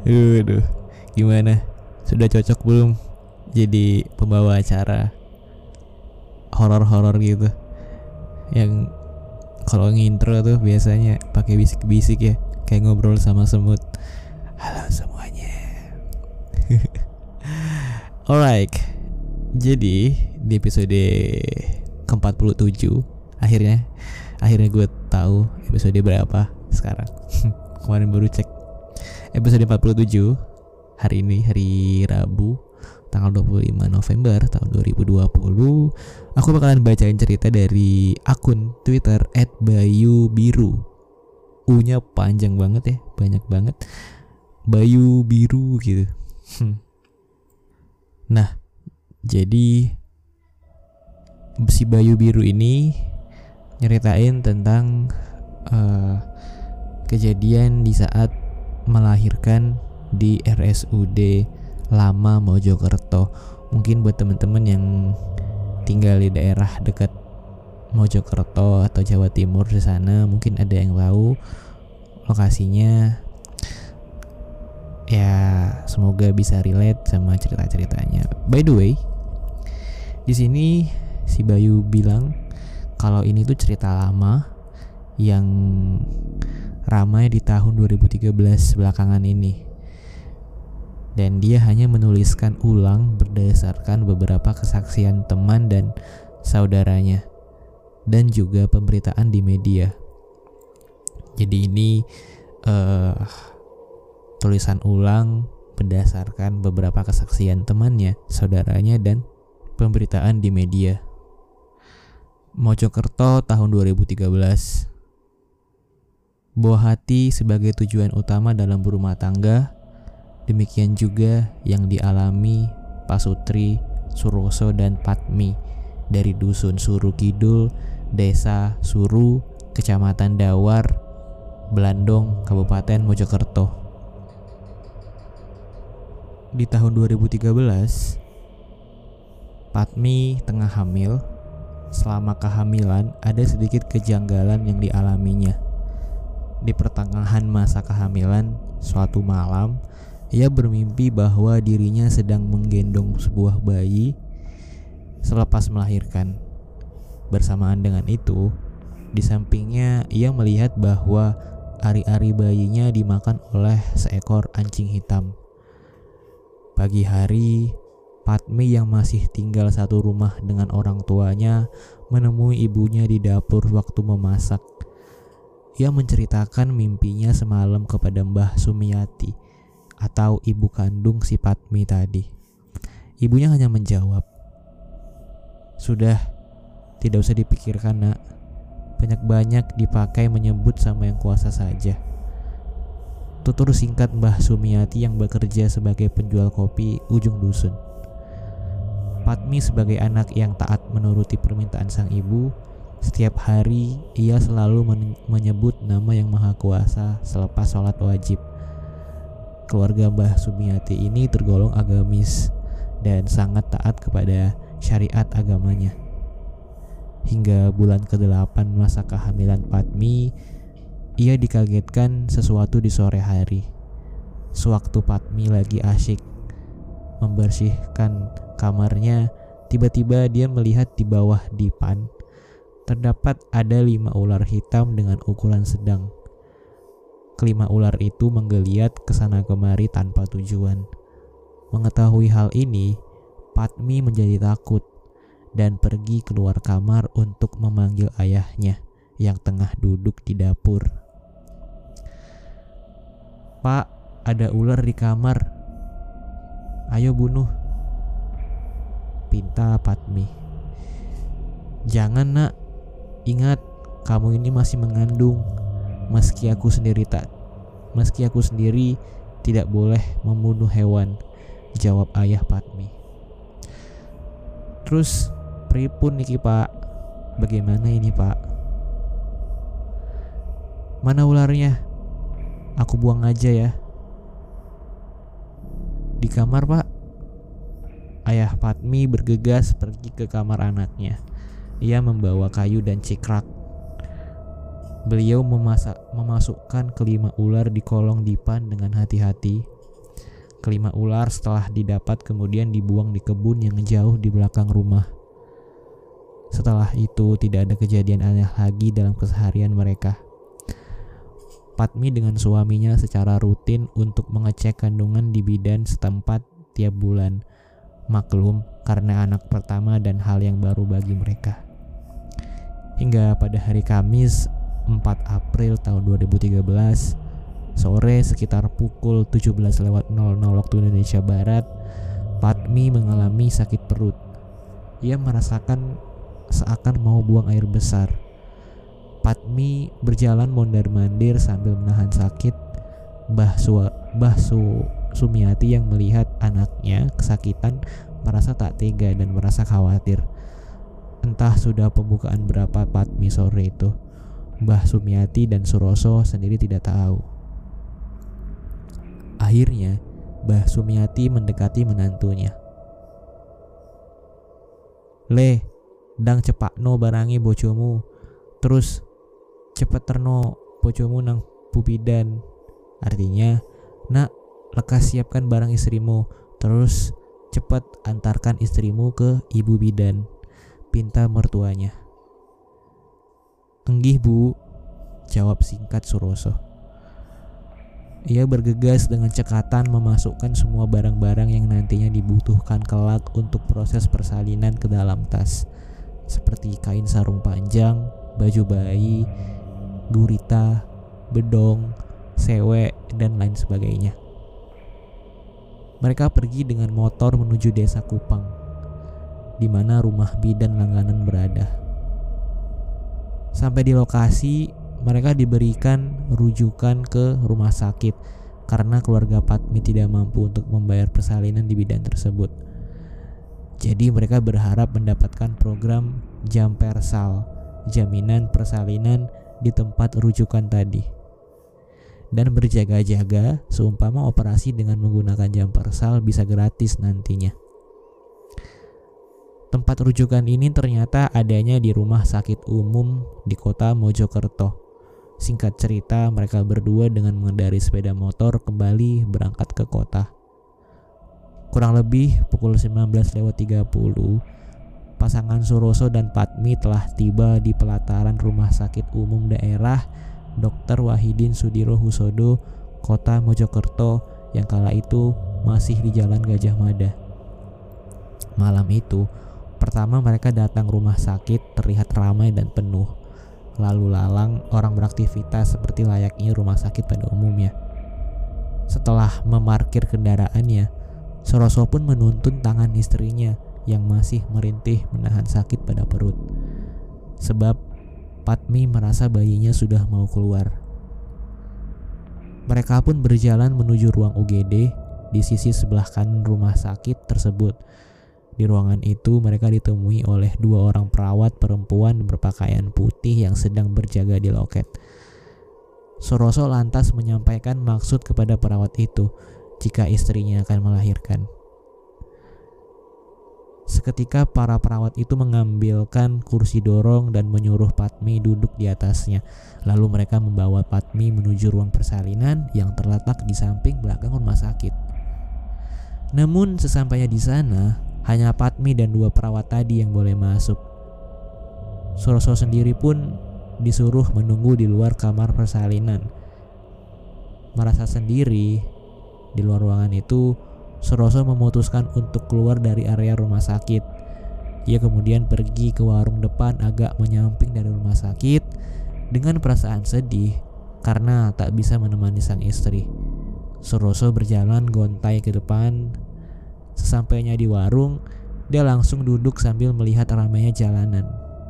Aduh, gimana? Sudah cocok belum jadi pembawa acara horor-horor gitu? Yang kalau ngintro tuh biasanya pakai bisik-bisik ya, kayak ngobrol sama semut. Halo semuanya. Alright. Jadi di episode ke-47 akhirnya gue tahu episode berapa sekarang. Kemarin baru cek episode 47 hari ini, hari Rabu tanggal 25 November tahun 2020. Aku bakalan bacain cerita dari akun Twitter @bayubiru. U-nya panjang banget ya, banyak banget. Bayu biru gitu. Nah, jadi si Bayu biru ini nyeritain tentang kejadian di saat melahirkan di RSUD Lama Mojokerto. Mungkin buat teman-teman yang tinggal di daerah dekat Mojokerto atau Jawa Timur di sana, mungkin ada yang tahu lokasinya. Ya, semoga bisa relate sama cerita-ceritanya. By the way, di sini si Bayu bilang kalau ini tuh cerita lama yang ramai di tahun 2013 belakangan ini. Dan dia hanya menuliskan ulang berdasarkan beberapa kesaksian teman dan saudaranya dan juga pemberitaan di media. Jadi ini tulisan ulang berdasarkan beberapa kesaksian temannya, saudaranya, dan pemberitaan di media. Mojokerto tahun 2013. Buah hati sebagai tujuan utama dalam berumah tangga. Demikian juga yang dialami Pasutri, Suroso, dan Patmi dari Dusun Suru Kidul, Desa Suru, Kecamatan Dawar, Belandong, Kabupaten Mojokerto. Di tahun 2013, Patmi tengah hamil. Selama kehamilan, ada sedikit kejanggalan yang dialaminya. Di pertengahan masa kehamilan, suatu malam, ia bermimpi bahwa dirinya sedang menggendong sebuah bayi selepas melahirkan. Bersamaan dengan itu, di sampingnya ia melihat bahwa ari-ari bayinya dimakan oleh seekor anjing hitam. Pagi hari, Patmi yang masih tinggal satu rumah dengan orang tuanya menemui ibunya di dapur waktu memasak. Ia menceritakan mimpinya semalam kepada Mbah Sumiati atau ibu kandung si Patmi tadi. Ibunya hanya menjawab, "Sudah, tidak usah dipikirkan, Nak. Banyak-banyak dipakai menyebut sama yang kuasa saja." Tutur singkat Mbah Sumiati yang bekerja sebagai penjual kopi ujung dusun. Patmi sebagai anak yang taat menuruti permintaan sang ibu, setiap hari ia selalu menyebut nama yang maha kuasa selepas sholat wajib. Keluarga Mbah Sumiati ini tergolong agamis dan sangat taat kepada syariat agamanya. Hingga bulan ke-8 masa kehamilan Patmi, ia dikagetkan sesuatu di sore hari. Sewaktu Patmi lagi asyik membersihkan kamarnya, tiba-tiba dia melihat di bawah dipan terdapat ada 5 ular hitam dengan ukuran sedang. Kelima ular itu menggeliat kesana kemari tanpa tujuan. Mengetahui hal ini, Patmi menjadi takut dan pergi keluar kamar untuk memanggil ayahnya yang tengah duduk di dapur. "Pak, ada ular di kamar. Ayo bunuh," pinta Patmi. "Jangan, Nak. Ingat, kamu ini masih mengandung. Meski aku sendiri tidak boleh membunuh hewan," jawab ayah Patmi. "Terus pripun niki, Pak? Bagaimana ini, Pak?" "Mana ularnya? Aku buang aja ya." "Di kamar, Pak." Ayah Patmi bergegas pergi ke kamar anaknya. Ia membawa kayu dan cikrak. Beliau memasukkan kelima ular di kolong dipan dengan hati-hati. Kelima ular setelah didapat kemudian dibuang di kebun yang jauh di belakang rumah. Setelah itu tidak ada kejadian aneh lagi dalam keseharian mereka. Padmi dengan suaminya secara rutin untuk mengecek kandungan di bidan setempat tiap bulan. Maklum karena anak pertama dan hal yang baru bagi mereka. Hingga pada hari Kamis 4 April tahun 2013 sore sekitar pukul 17.00 waktu Indonesia Barat, Padmi mengalami sakit perut. Ia merasakan seakan mau buang air besar. Padmi berjalan mondar-mandir sambil menahan sakit. Mbah Sumiati yang melihat anaknya kesakitan merasa tak tega dan merasa khawatir. Entah sudah pembukaan berapa Padmi sore itu, Mbah Sumiati dan Suroso sendiri tidak tahu. Akhirnya Mbah Sumiati mendekati menantunya. "Le, dang cepakno barangi bojomu. Terus cepet terno bojomu nang pubidan." Artinya, "Nak, lekas siapkan barang istrimu. Terus cepet antarkan istrimu ke ibu bidan," pinta mertuanya. "Enggih, Bu," jawab singkat Suroso. Ia bergegas dengan cekatan memasukkan semua barang-barang yang nantinya dibutuhkan kelak untuk proses persalinan ke dalam tas, seperti kain sarung panjang, baju bayi, gurita, bedong, sewe, dan lain sebagainya. Mereka pergi dengan motor menuju desa Kupang, di mana rumah bidan langganan berada. Sampai di lokasi, mereka diberikan rujukan ke rumah sakit karena keluarga Padmi tidak mampu untuk membayar persalinan di bidan tersebut. Jadi mereka berharap mendapatkan program Jampersal, jaminan persalinan di tempat rujukan tadi, dan berjaga-jaga seumpama operasi dengan menggunakan Jampersal bisa gratis nantinya. Tempat rujukan ini ternyata adanya di rumah sakit umum di kota Mojokerto. Singkat cerita, mereka berdua dengan mengendarai sepeda motor kembali berangkat ke kota. Kurang lebih pukul 19.30, pasangan Suroso dan Padmi telah tiba di pelataran Rumah Sakit Umum Daerah Dr. Wahidin Sudirohusodo, kota Mojokerto yang kala itu masih di Jalan Gajah Mada. Malam itu, pertama mereka datang rumah sakit terlihat ramai dan penuh. Lalu lalang orang beraktivitas seperti layaknya rumah sakit pada umumnya. Setelah memarkir kendaraannya, Suroso pun menuntun tangan istrinya yang masih merintih menahan sakit pada perut. Sebab Padmi merasa bayinya sudah mau keluar. Mereka pun berjalan menuju ruang UGD di sisi sebelah kanan rumah sakit tersebut. Di ruangan itu mereka ditemui oleh 2 orang perawat perempuan berpakaian putih yang sedang berjaga di loket. Suroso lantas menyampaikan maksud kepada perawat itu jika istrinya akan melahirkan. Seketika para perawat itu mengambilkan kursi dorong dan menyuruh Padmi duduk di atasnya. Lalu mereka membawa Padmi menuju ruang persalinan yang terletak di samping belakang rumah sakit. Namun sesampainya di sana, hanya Padmi dan 2 perawat tadi yang boleh masuk. Suroso sendiri pun disuruh menunggu di luar kamar persalinan. Merasa sendiri di luar ruangan itu, Suroso memutuskan untuk keluar dari area rumah sakit. Ia kemudian pergi ke warung depan agak menyamping dari rumah sakit dengan perasaan sedih karena tak bisa menemani sang istri. Suroso berjalan gontai ke depan. Sesampainya di warung, dia langsung duduk sambil melihat ramainya jalanan.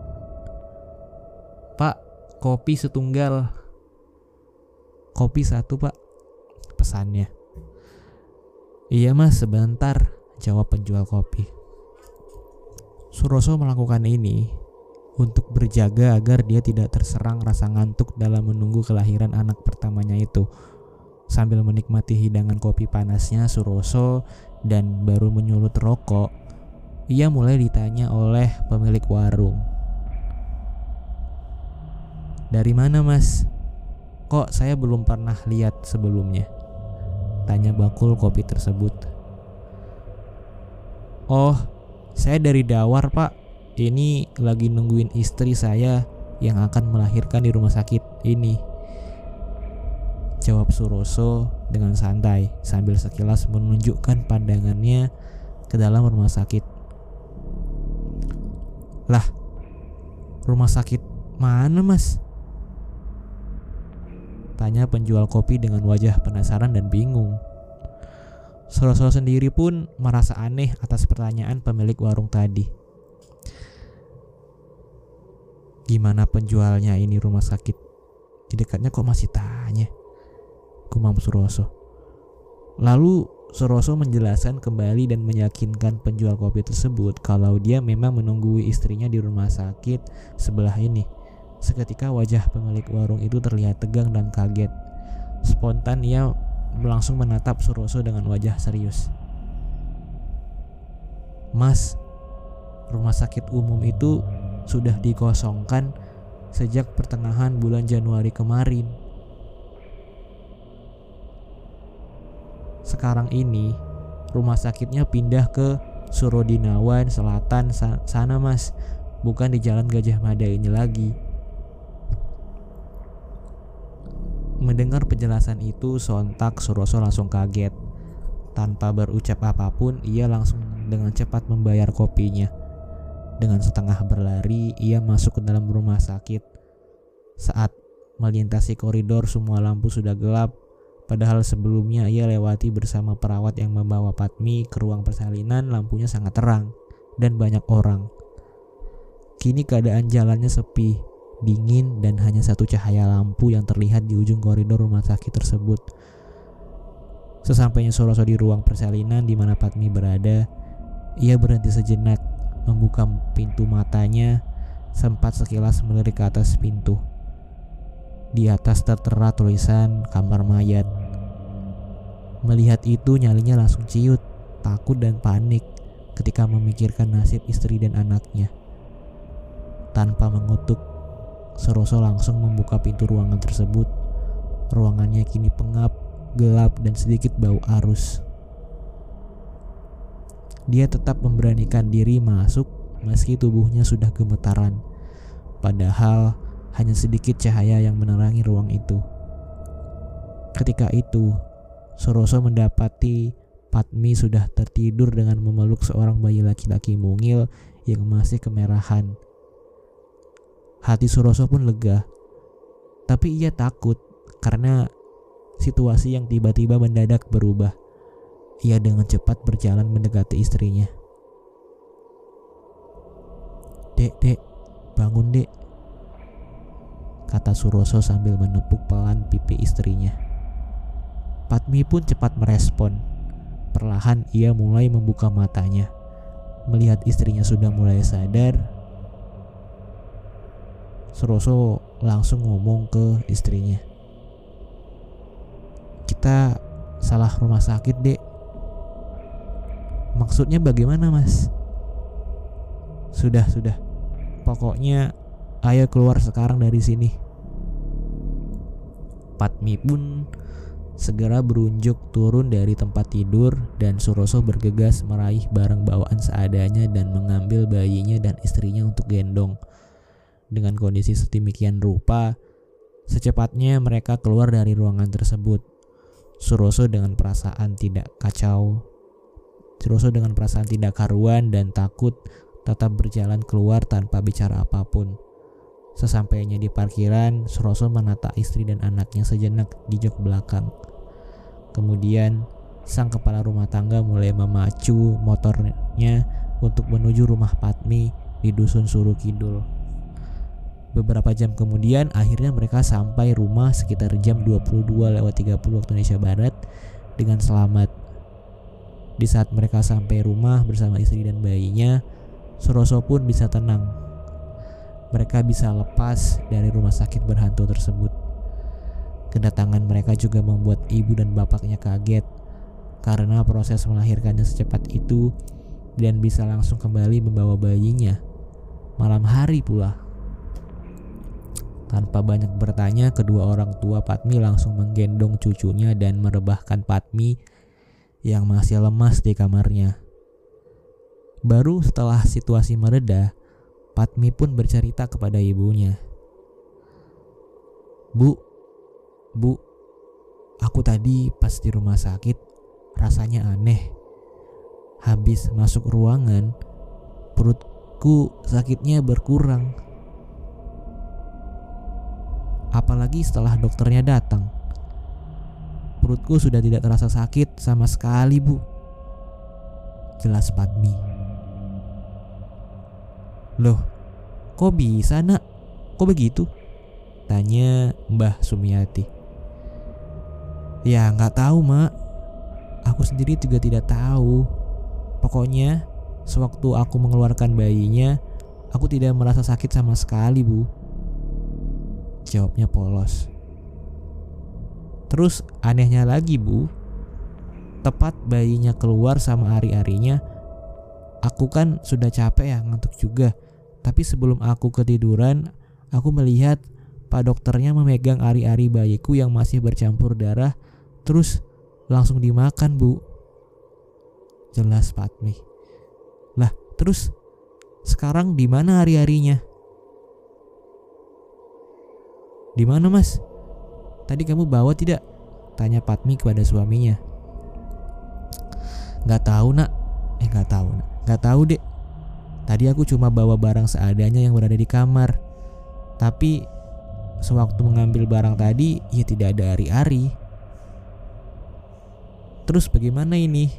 "Pak, kopi setunggal." "Kopi 1, Pak," pesannya. "Iya Mas, sebentar," jawab penjual kopi. Suroso melakukan ini untuk berjaga agar dia tidak terserang rasa ngantuk dalam menunggu kelahiran anak pertamanya itu. Sambil menikmati hidangan kopi panasnya Suroso dan baru menyulut rokok, ia mulai ditanya oleh pemilik warung. "Dari mana Mas? Kok saya belum pernah lihat sebelumnya?" tanya bakul kopi tersebut. "Oh, saya dari Dawar, Pak. Ini lagi nungguin istri saya yang akan melahirkan di rumah sakit ini," jawab Suroso dengan santai sambil sekilas menunjukkan pandangannya ke dalam rumah sakit. "Lah, rumah sakit mana, Mas?" tanya penjual kopi dengan wajah penasaran dan bingung. Suroso sendiri pun merasa aneh atas pertanyaan pemilik warung tadi. Gimana penjualnya ini rumah sakit? Di dekatnya kok masih tanya? Gumam Suroso. Lalu Suroso menjelaskan kembali dan meyakinkan penjual kopi tersebut kalau dia memang menunggu istrinya di rumah sakit sebelah ini. Seketika wajah pemilik warung itu terlihat tegang dan kaget. Spontan ia langsung menatap Suroso dengan wajah serius. "Mas, rumah sakit umum itu sudah dikosongkan sejak pertengahan bulan Januari kemarin. Sekarang ini rumah sakitnya pindah ke Surodinawan Selatan sana, Mas. Bukan di Jalan Gajah Mada ini lagi." Mendengar penjelasan itu, sontak Suroso langsung kaget. Tanpa berucap apapun, ia langsung dengan cepat membayar kopinya. Dengan setengah berlari, ia masuk ke dalam rumah sakit. Saat melintasi koridor, semua lampu sudah gelap. Padahal sebelumnya ia lewati bersama perawat yang membawa Patmi ke ruang persalinan, lampunya sangat terang dan banyak orang. Kini keadaan jalannya sepi, dingin, dan hanya satu cahaya lampu yang terlihat di ujung koridor rumah sakit tersebut. Sesampainya Suroso di ruang persalinan di mana Patmi berada, ia berhenti sejenak, membuka pintu matanya, sempat sekilas melirik ke atas pintu. Di atas tertera tulisan kamar mayat. Melihat itu, nyalinya langsung ciut, takut dan panik ketika memikirkan nasib istri dan anaknya. Tanpa mengutuk, Suroso langsung membuka pintu ruangan tersebut. Ruangannya kini pengap, gelap, dan sedikit bau arus. Dia tetap memberanikan diri masuk meski tubuhnya sudah gemetaran. Padahal hanya sedikit cahaya yang menerangi ruang itu. Ketika itu, Suroso mendapati Patmi sudah tertidur dengan memeluk seorang bayi laki-laki mungil yang masih kemerahan. Hati Suroso pun lega, tapi ia takut karena situasi yang tiba-tiba mendadak berubah. Ia dengan cepat berjalan mendekati istrinya. Dek, bangun dek," kata Suroso sambil menepuk pelan pipi istrinya. Patmi pun cepat merespon. Perlahan ia mulai membuka matanya. Melihat istrinya sudah mulai sadar, Suroso langsung ngomong ke istrinya. "Kita salah rumah sakit, Dek." "Maksudnya bagaimana, Mas?" Sudah. Pokoknya ayo keluar sekarang dari sini." Patmi pun segera berunjuk turun dari tempat tidur dan Suroso bergegas meraih barang bawaan seadanya dan mengambil bayinya dan istrinya untuk gendong. Dengan kondisi sedemikian rupa, secepatnya mereka keluar dari ruangan tersebut. Suroso dengan perasaan tidak karuan dan takut tetap berjalan keluar tanpa bicara apapun. Sesampainya di parkiran, Suroso menata istri dan anaknya sejenak di jok belakang. Kemudian, sang kepala rumah tangga mulai memacu motornya untuk menuju rumah Patmi di Dusun Suru Kidul. Beberapa jam kemudian, akhirnya mereka sampai rumah sekitar jam 22:30 waktu Indonesia Barat dengan selamat. Di saat mereka sampai rumah bersama istri dan bayinya, Suroso pun bisa tenang. Mereka bisa lepas dari rumah sakit berhantu tersebut. Kedatangan mereka juga membuat ibu dan bapaknya kaget karena proses melahirkannya secepat itu dan bisa langsung kembali membawa bayinya. Malam hari pula. Tanpa banyak bertanya, kedua orang tua Padmi langsung menggendong cucunya dan merebahkan Padmi yang masih lemas di kamarnya. Baru setelah situasi mereda, Padmi pun bercerita kepada ibunya. Bu, aku tadi pas di rumah sakit rasanya aneh. Habis masuk ruangan, perutku sakitnya berkurang. Apalagi setelah dokternya datang. Perutku sudah tidak terasa sakit sama sekali, Bu. Jelas Padmi. Loh, kok bisa, Nak? Kok begitu? Tanya Mbah Sumiati. Ya gak tahu, Mak. Aku sendiri juga tidak tahu. Pokoknya sewaktu aku mengeluarkan bayinya, aku tidak merasa sakit sama sekali, Bu. Jawabnya polos. Terus anehnya lagi, Bu, tepat bayinya keluar sama ari-arinya, aku kan sudah capek ya, ngantuk juga. Tapi sebelum aku ketiduran, aku melihat Pak dokternya memegang ari-ari bayiku yang masih bercampur darah, terus langsung dimakan, Bu. Jelas Padmi. Lah, terus sekarang di mana ari-arinya? Di mana, Mas? Tadi kamu bawa tidak? Tanya Padmi kepada suaminya. Gak tahu, Nak. Gak tahu, Dek. Tadi aku cuma bawa barang seadanya yang berada di kamar. Tapi sewaktu mengambil barang tadi, ya tidak ada ari-ari. Terus bagaimana ini?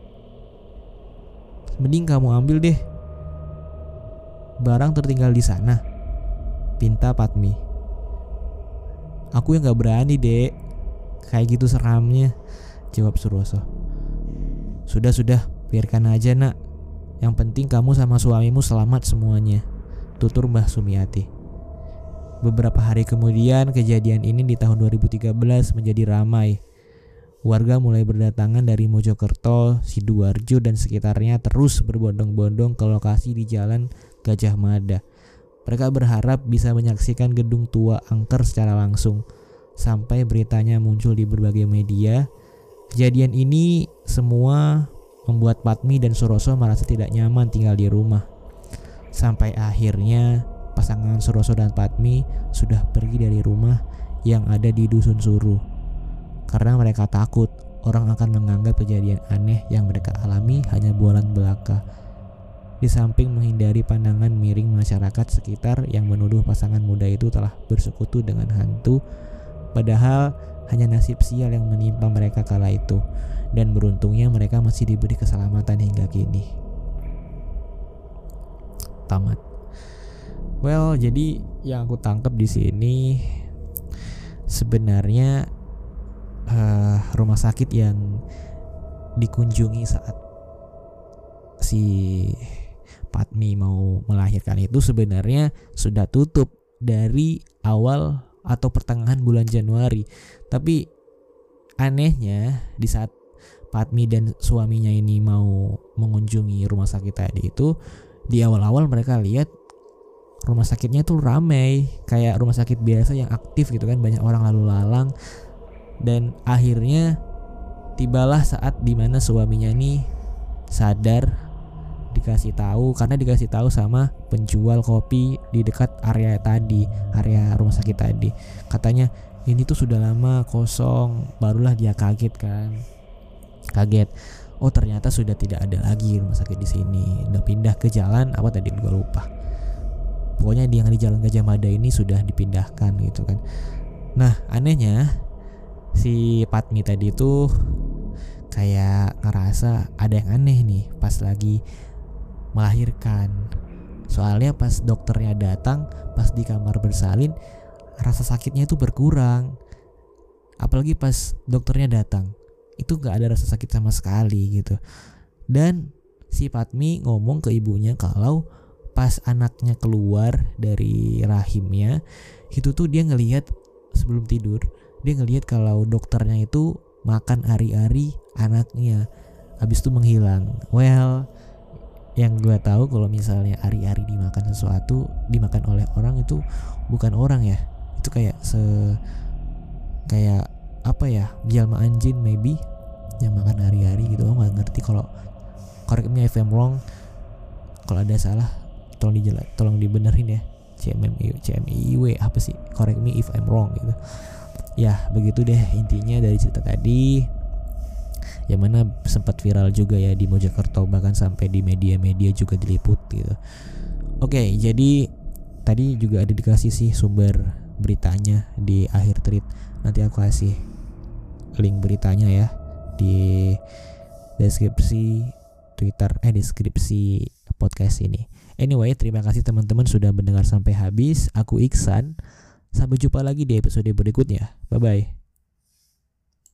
Mending kamu ambil deh. Barang tertinggal di sana, pinta Padmi. Aku yang gak berani, Dek. Kayak gitu seramnya, jawab Suroso. Sudah, biarkan aja, Nak. Yang penting kamu sama suamimu selamat semuanya, tutur Mbah Sumiati. Beberapa hari kemudian, kejadian ini di tahun 2013 menjadi ramai. Warga mulai berdatangan dari Mojokerto, Sidoarjo dan sekitarnya terus berbondong-bondong ke lokasi di Jalan Gajah Mada. Mereka berharap bisa menyaksikan gedung tua angker secara langsung. Sampai beritanya muncul di berbagai media. Kejadian ini semua membuat Padmi dan Suroso merasa tidak nyaman tinggal di rumah. Sampai akhirnya pasangan Suroso dan Padmi sudah pergi dari rumah yang ada di Dusun Suru. Karena mereka takut orang akan menganggap kejadian aneh yang mereka alami hanya bualan belaka. Di samping menghindari pandangan miring masyarakat sekitar yang menuduh pasangan muda itu telah bersekutu dengan hantu, padahal hanya nasib sial yang menimpa mereka kala itu, dan beruntungnya mereka masih diberi keselamatan hingga kini. Tamat. Well, jadi yang aku tangkap di sini sebenarnya rumah sakit yang dikunjungi saat si Padmi mau melahirkan itu sebenarnya sudah tutup dari awal atau pertengahan bulan Januari. Tapi anehnya di saat Padmi dan suaminya ini mau mengunjungi rumah sakit tadi itu, di awal-awal mereka lihat rumah sakitnya tuh ramai, kayak rumah sakit biasa yang aktif gitu kan, banyak orang lalu lalang. Dan akhirnya tibalah saat dimana suaminya ini sadar, dikasih tahu sama penjual kopi di dekat area rumah sakit tadi. Katanya ini tuh sudah lama kosong. Barulah dia kaget. Oh, ternyata sudah tidak ada lagi rumah sakit di sini. Udah pindah ke jalan apa tadi gue lupa. Pokoknya yang di Jalan Gajah Mada ini sudah dipindahkan gitu kan. Nah, anehnya si Padmi tadi tuh kayak ngerasa ada yang aneh nih pas lagi melahirkan. Soalnya pas dokternya datang, pas di kamar bersalin, rasa sakitnya itu berkurang. Apalagi pas dokternya datang, itu gak ada rasa sakit sama sekali gitu. Dan si Padmi ngomong ke ibunya kalau pas anaknya keluar dari rahimnya, itu tuh dia ngelihat sebelum tidur, dia ngelihat kalau dokternya itu makan ari-ari anaknya, habis itu menghilang. Well, yang gue tahu kalau misalnya ari-ari dimakan oleh orang itu bukan orang ya, Itu kayak kayak apa ya, jalma anjing maybe yang makan hari-hari gitu. Aku nggak ngerti, kalau correct me if I'm wrong, kalau ada salah tolong dibenerin ya. CMIW apa sih, correct me if I'm wrong gitu. Ya begitu deh intinya dari cerita tadi, yang mana sempat viral juga ya di Mojokerto, bahkan sampai di media-media juga diliput gitu. Oke, jadi tadi juga ada dikasih sih sumber beritanya di akhir tweet. Nanti aku kasih link beritanya ya di deskripsi deskripsi podcast ini. Anyway, terima kasih teman-teman sudah mendengar sampai habis. Aku Iksan. Sampai jumpa lagi di episode berikutnya. Bye bye.